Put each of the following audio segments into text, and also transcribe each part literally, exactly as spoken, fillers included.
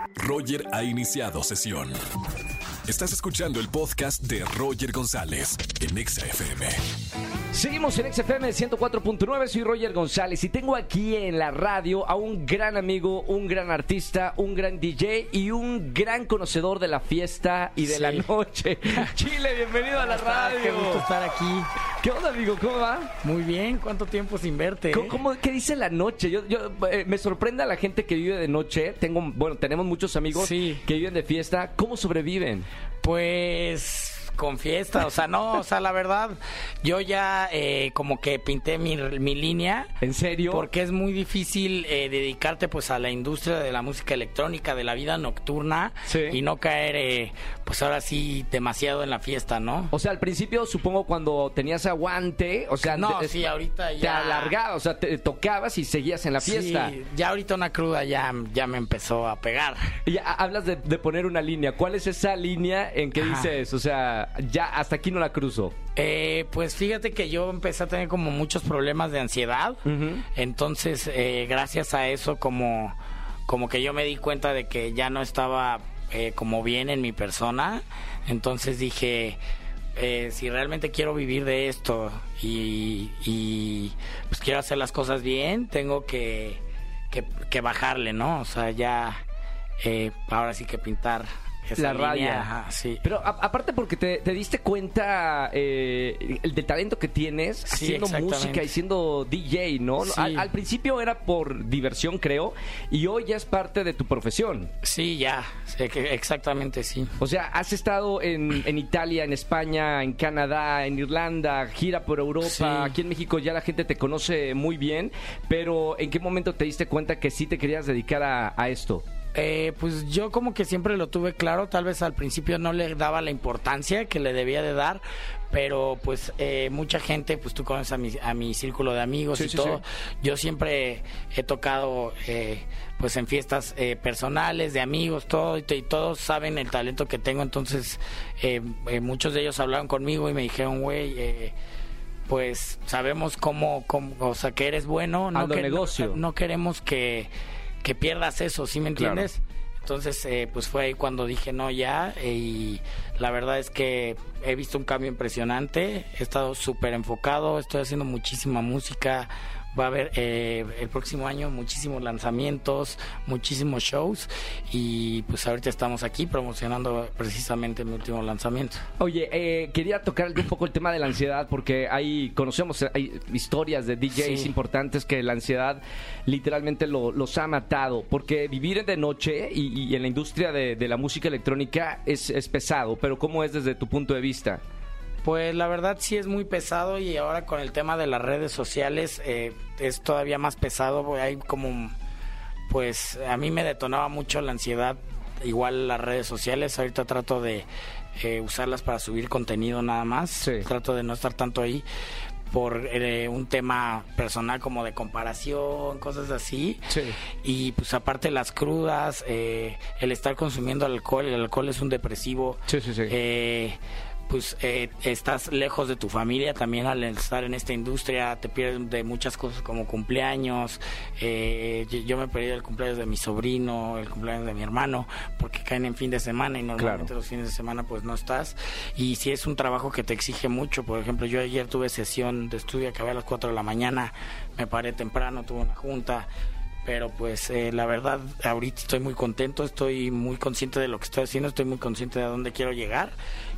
Roger ha iniciado sesión. Estás escuchando el podcast de Roger González en Exa F M. Seguimos en Exa F M ciento cuatro punto nueve, soy Roger González y tengo aquí en la radio a un gran amigo, un gran artista, un gran D J y un gran conocedor de la fiesta y de sí. la noche. Chile, bienvenido a la radio. Qué gusto estar aquí. ¿Qué onda, amigo? ¿Cómo va? Muy bien, ¿cuánto tiempo sin verte? ¿Cómo, cómo, ¿Qué dice la noche? Yo, yo eh, me sorprende a la gente que vive de noche. Tengo, bueno, tenemos muchos amigos sí. que viven de fiesta. ¿Cómo sobreviven? Pues con fiesta, o sea, no, o sea, la verdad, yo ya eh, como que pinté mi, mi línea. ¿En serio? Porque es muy difícil eh, dedicarte pues a la industria de la música electrónica, de la vida nocturna sí. y no caer, eh, pues ahora sí, demasiado en la fiesta, ¿no? O sea, al principio supongo cuando tenías aguante, o sea, no, te, sí, ahorita ya te alargabas, o sea, te tocabas y seguías en la fiesta. Sí, ya ahorita una cruda ya, ya me empezó a pegar. Y ya hablas de, de poner una línea. ¿Cuál es esa línea en que Ajá. dices, o sea, ya hasta aquí no la cruzo? Eh, pues fíjate que yo empecé a tener como muchos problemas de ansiedad. Uh-huh. Entonces, eh, gracias a eso, como, como que yo me di cuenta de que ya no estaba eh, como bien en mi persona. Entonces dije, eh, si realmente quiero vivir de esto y, y pues quiero hacer las cosas bien, tengo que, que, que bajarle, ¿no? O sea, ya eh, ahora sí que pintar la raya. Ajá, sí. Pero a, aparte porque te, te diste cuenta eh, el del talento que tienes sí, haciendo música y siendo D J, ¿no? Sí. Al, al principio era por diversión, creo, y hoy ya es parte de tu profesión. Sí, ya, sí, exactamente, sí. O sea, has estado en, en Italia, en España, en Canadá, en Irlanda, gira por Europa, sí. Aquí en México ya la gente te conoce muy bien, pero ¿en qué momento te diste cuenta que sí te querías dedicar a, a esto? Eh, pues yo como que siempre lo tuve claro, tal vez al principio no le daba la importancia que le debía de dar, pero pues eh, mucha gente, pues tú conoces a mi, a mi círculo de amigos sí, y sí, todo, sí. Yo siempre he tocado eh, pues en fiestas eh, personales, de amigos, todo, y, y todos saben el talento que tengo, entonces eh, eh, muchos de ellos hablaron conmigo y me dijeron, güey, eh, pues sabemos cómo, cómo, o sea, que eres bueno, no, que, negocio. no, no queremos que que pierdas eso, ¿sí me entiendes? Claro. Entonces, eh, pues fue ahí cuando dije no ya, eh, y la verdad es que he visto un cambio impresionante, he estado súper enfocado, estoy haciendo muchísima música, va a haber eh, el próximo año muchísimos lanzamientos, muchísimos shows, y pues ahorita estamos aquí promocionando precisamente mi último lanzamiento. Oye, eh, quería tocar un poco el tema de la ansiedad, porque hay, conocemos hay historias de D Js sí. importantes que la ansiedad literalmente lo, los ha matado, porque vivir de noche y, y en la industria de, de la música electrónica es, es pesado, pero ¿cómo es desde tu punto de vista? Pues la verdad sí es muy pesado, y ahora con el tema de las redes sociales eh, es todavía más pesado. Hay como, pues a mí me detonaba mucho la ansiedad, igual las redes sociales. Ahorita trato de eh, usarlas para subir contenido nada más, sí. Trato de no estar tanto ahí por eh, un tema personal como de comparación, cosas así. Sí. Y pues aparte las crudas, eh, el estar consumiendo alcohol, el alcohol es un depresivo. Sí, sí, sí. Eh, pues eh, estás lejos de tu familia también al estar en esta industria, te pierdes de muchas cosas como cumpleaños. eh, yo me perdí el cumpleaños de mi sobrino, el cumpleaños de mi hermano, porque caen en fin de semana y normalmente claro. Los fines de semana pues no estás, y si es un trabajo que te exige mucho. Por ejemplo, yo ayer tuve sesión de estudio, acabé a las cuatro de la mañana, me paré temprano, tuve una junta, pero pues eh, la verdad ahorita estoy muy contento, estoy muy consciente de lo que estoy haciendo, estoy muy consciente de a dónde quiero llegar,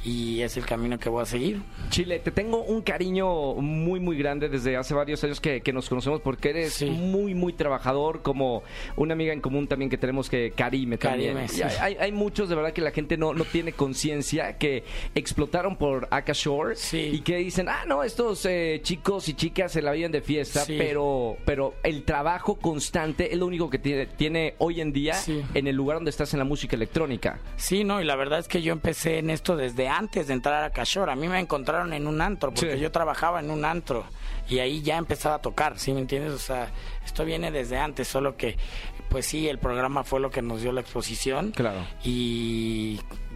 y es el camino que voy a seguir. Chile, te tengo un cariño muy muy grande desde hace varios años que, que nos conocemos, porque eres sí. muy muy trabajador, como una amiga en común también que tenemos, que Karime también. Karime, sí. hay, hay muchos de verdad que la gente no, no tiene conciencia, que explotaron por Akashore sí. y que dicen, ah no, estos eh, chicos y chicas se la viven de fiesta, sí. pero, pero el trabajo constante es lo único que tiene, tiene hoy en día sí. en el lugar donde estás en la música electrónica. Sí, no, y la verdad es que yo empecé en esto desde antes de entrar a Akashore. A mí me encontraron en un antro, porque sí. yo trabajaba en un antro y ahí ya empezaba a tocar, ¿sí me entiendes? O sea, esto viene desde antes, solo que pues sí, el programa fue lo que nos dio la exposición. Claro. Y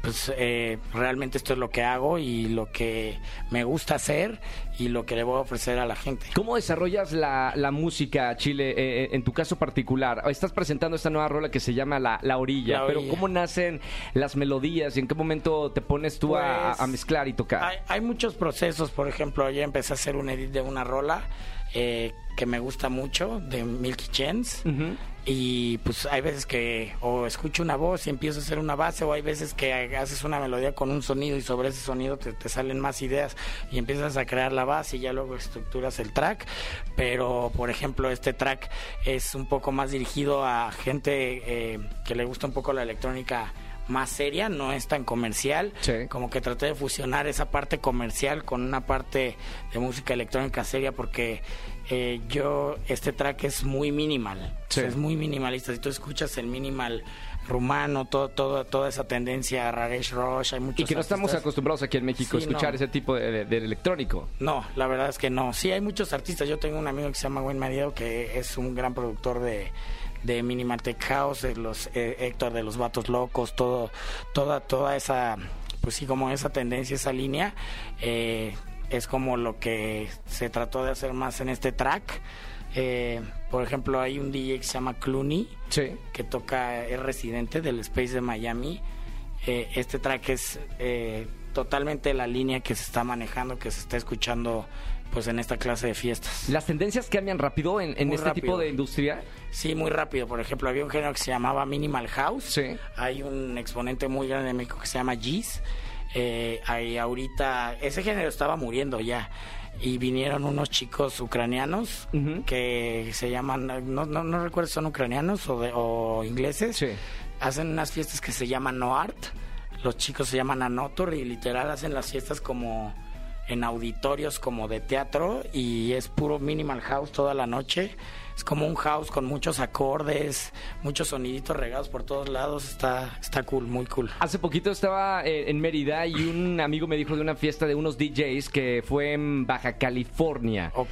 pues eh, realmente esto es lo que hago y lo que me gusta hacer y lo que le voy a ofrecer a la gente. ¿Cómo desarrollas la, la música, Chile, eh, en tu caso particular? Estás presentando esta nueva rola que se llama La, la Orilla, La pero Orilla. ¿cómo nacen las melodías y en qué momento te pones tú Pues, a, a mezclar y tocar? Hay, hay muchos procesos. Por ejemplo, yo empecé a hacer un edit de una rola eh, que me gusta mucho, de Milky Chance. Uh-huh. Y pues hay veces que o escucho una voz y empiezo a hacer una base, o hay veces que haces una melodía con un sonido y sobre ese sonido te, te salen más ideas y empiezas a crear la base y ya luego estructuras el track. Pero por ejemplo, este track es un poco más dirigido a gente eh, que le gusta un poco la electrónica más seria, no es tan comercial. Sí. Como que traté de fusionar esa parte comercial con una parte de música electrónica seria, porque eh, yo, este track es muy minimal, Sí. es muy minimalista. Si tú escuchas el minimal rumano, todo, todo, toda esa tendencia, Raresh Rosh, hay muchos Y que no estamos artistas. acostumbrados aquí en México Sí, a escuchar no. ese tipo de, de- de electrónico. No, la verdad es que no. Sí, hay muchos artistas. Yo tengo un amigo que se llama Gwen Marido, que es un gran productor de, de Minimal Tech House, de los eh, Héctor de los Vatos Locos, todo, toda, toda esa, pues sí, como esa tendencia, esa línea, eh, es como lo que se trató de hacer más en este track. Eh, por ejemplo, hay un D J que se llama Clooney, Sí. que toca, es residente del Space de Miami. Eh, este track es eh, totalmente la línea que se está manejando, que se está escuchando pues en esta clase de fiestas. ¿Las tendencias cambian rápido en, en Muy este rápido. tipo de industria? Sí, muy rápido. Por ejemplo, había un género que se llamaba Minimal House. Sí. Hay un exponente muy grande de México que se llama Giz. Eh, hay ahorita, ese género estaba muriendo ya. Y vinieron unos chicos ucranianos Ujú. que se llaman, no, no, no recuerdo si son ucranianos o, de, o ingleses. Sí. Hacen unas fiestas que se llaman No Art. Los chicos se llaman Anotor y literal hacen las fiestas como en auditorios como de teatro, y es puro minimal house toda la noche. Es como un house con muchos acordes, muchos soniditos regados por todos lados. Está, está cool, muy cool. Hace poquito estaba eh, en Mérida y un amigo me dijo de una fiesta de unos D Js que fue en Baja California. Ok.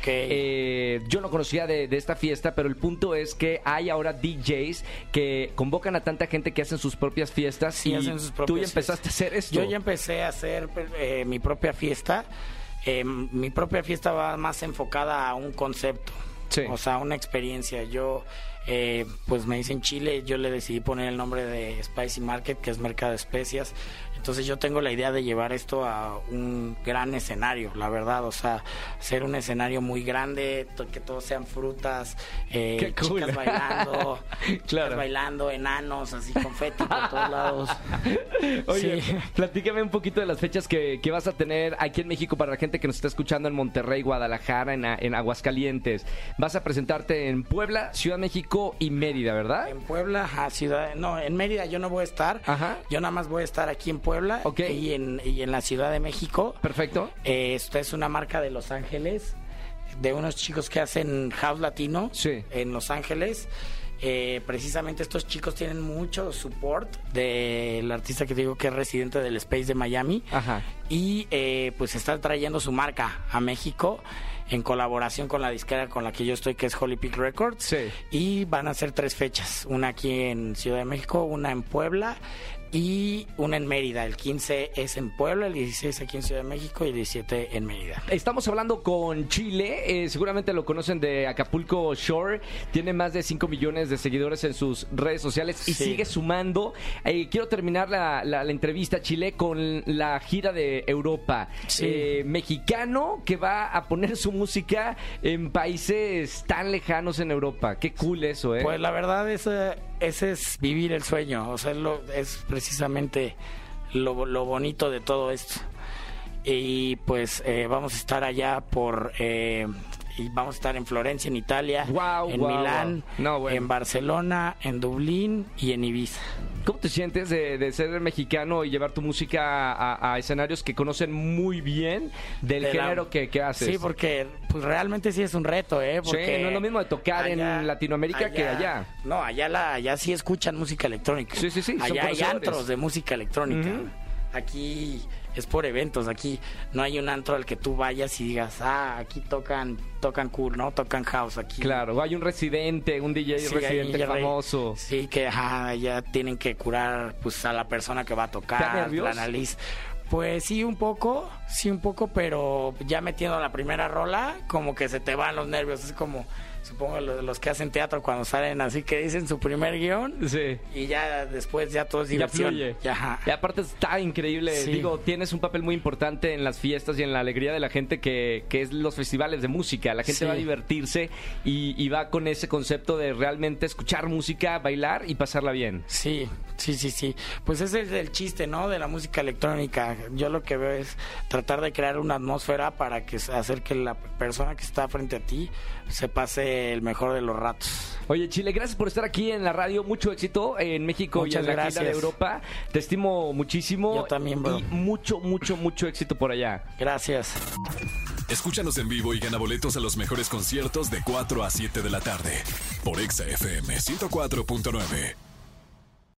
Eh, yo no conocía de, de esta fiesta, pero el punto es que hay ahora D Js que convocan a tanta gente que hacen sus propias fiestas. Sí, y hacen sus tú propias ya empezaste fiestas. a hacer esto. Yo ya empecé a hacer eh, mi propia fiesta. Eh, mi propia fiesta va más enfocada a un concepto. Sí. O sea, una experiencia. Yo, eh, pues me dicen Chile, yo le decidí poner el nombre de Spicy Market, que es mercado de especias. Entonces yo tengo la idea de llevar esto a un gran escenario, la verdad. O sea, hacer un escenario muy grande, to- que todos sean frutas, eh, Qué cool. chicas bailando, Claro. chicas bailando, enanos, así confeti por todos lados. Oye, Sí. platícame un poquito de las fechas que, que vas a tener aquí en México para la gente que nos está escuchando en Monterrey, Guadalajara, en, en Aguascalientes. Vas a presentarte en Puebla, Ciudad de México y Mérida, ¿verdad? En Puebla, a Ciudad, no, en Mérida yo no voy a estar. Ajá. Yo nada más voy a estar aquí en Puebla Ok. y, en, y en la Ciudad de México. Perfecto. Eh, esta es una marca de Los Ángeles, de unos chicos que hacen house latino Sí. en Los Ángeles. Eh, precisamente estos chicos tienen mucho support del artista que te digo que es residente del Space de Miami. Ajá. Y eh, pues están trayendo su marca a México en colaboración con la disquera con la que yo estoy, que es Holy Peak Records. Sí. Y van a ser tres fechas, una aquí en Ciudad de México, una en Puebla y una en Mérida. El quince es en Puebla, el dieciséis aquí en Ciudad de México y el diecisiete en Mérida. Estamos hablando con Chile, eh, seguramente lo conocen de Acapulco Shore, tiene más de cinco millones de seguidores en sus redes sociales y Sí. sigue sumando. Eh, quiero terminar la, la- la entrevista, Chile, con la gira de Europa. Sí. Eh, mexicano que va a poner su música en países tan lejanos en Europa. Qué cool eso, ¿eh? Pues la verdad ese, ese es vivir el sueño, o sea, es, lo, es precisamente lo, lo bonito de todo esto. Y pues eh, vamos a estar allá por... Eh, y vamos a estar en Florencia, en Italia, Guau, en guau, Milán, guau. No, bueno. en Barcelona, en Dublín y en Ibiza. ¿Cómo te sientes de, de ser mexicano y llevar tu música a, a escenarios que conocen muy bien del De la- género que, que haces? Sí, porque pues realmente sí es un reto, ¿eh? Porque Sí, no es lo mismo de tocar en Latinoamérica que allá. No, allá la, allá sí escuchan música electrónica. Sí, sí, sí, son Allá hay conocedores. antros de música electrónica. Ujú. aquí es por eventos, aquí no hay un antro al que tú vayas y digas, ah, aquí tocan tocan cool, ¿no? Tocan house aquí. Claro, hay un residente, un D J sí, residente famoso. Sí, que ajá, ya tienen que curar pues a la persona que va a tocar, la nariz. Pues sí, un poco, sí, un poco, pero ya metiendo la primera rola, como que se te van los nervios. Es como, supongo, los, los que hacen teatro cuando salen así, que dicen su primer guión. Sí. Y ya después ya todo es diversión. Ya fluye. Ya, y aparte está increíble. Sí. Digo, tienes un papel muy importante en las fiestas y en la alegría de la gente, que, que es los festivales de música. La gente sí. va a divertirse y, y va con ese concepto de realmente escuchar música, bailar y pasarla bien. Sí, sí, sí, sí. Pues ese es el chiste, ¿no? De la música electrónica. Yo lo que veo es tratar de crear una atmósfera para que hacer que la persona que está frente a ti se pase el mejor de los ratos. Oye, Chile, gracias por estar aquí en la radio. Mucho éxito en México. Muchas y en la gira de Europa. Te estimo muchísimo. Yo también, bro. Y mucho, mucho, mucho éxito por allá. Gracias. Escúchanos en vivo y gana boletos a los mejores conciertos de cuatro a siete de la tarde por Exa F M ciento cuatro punto nueve.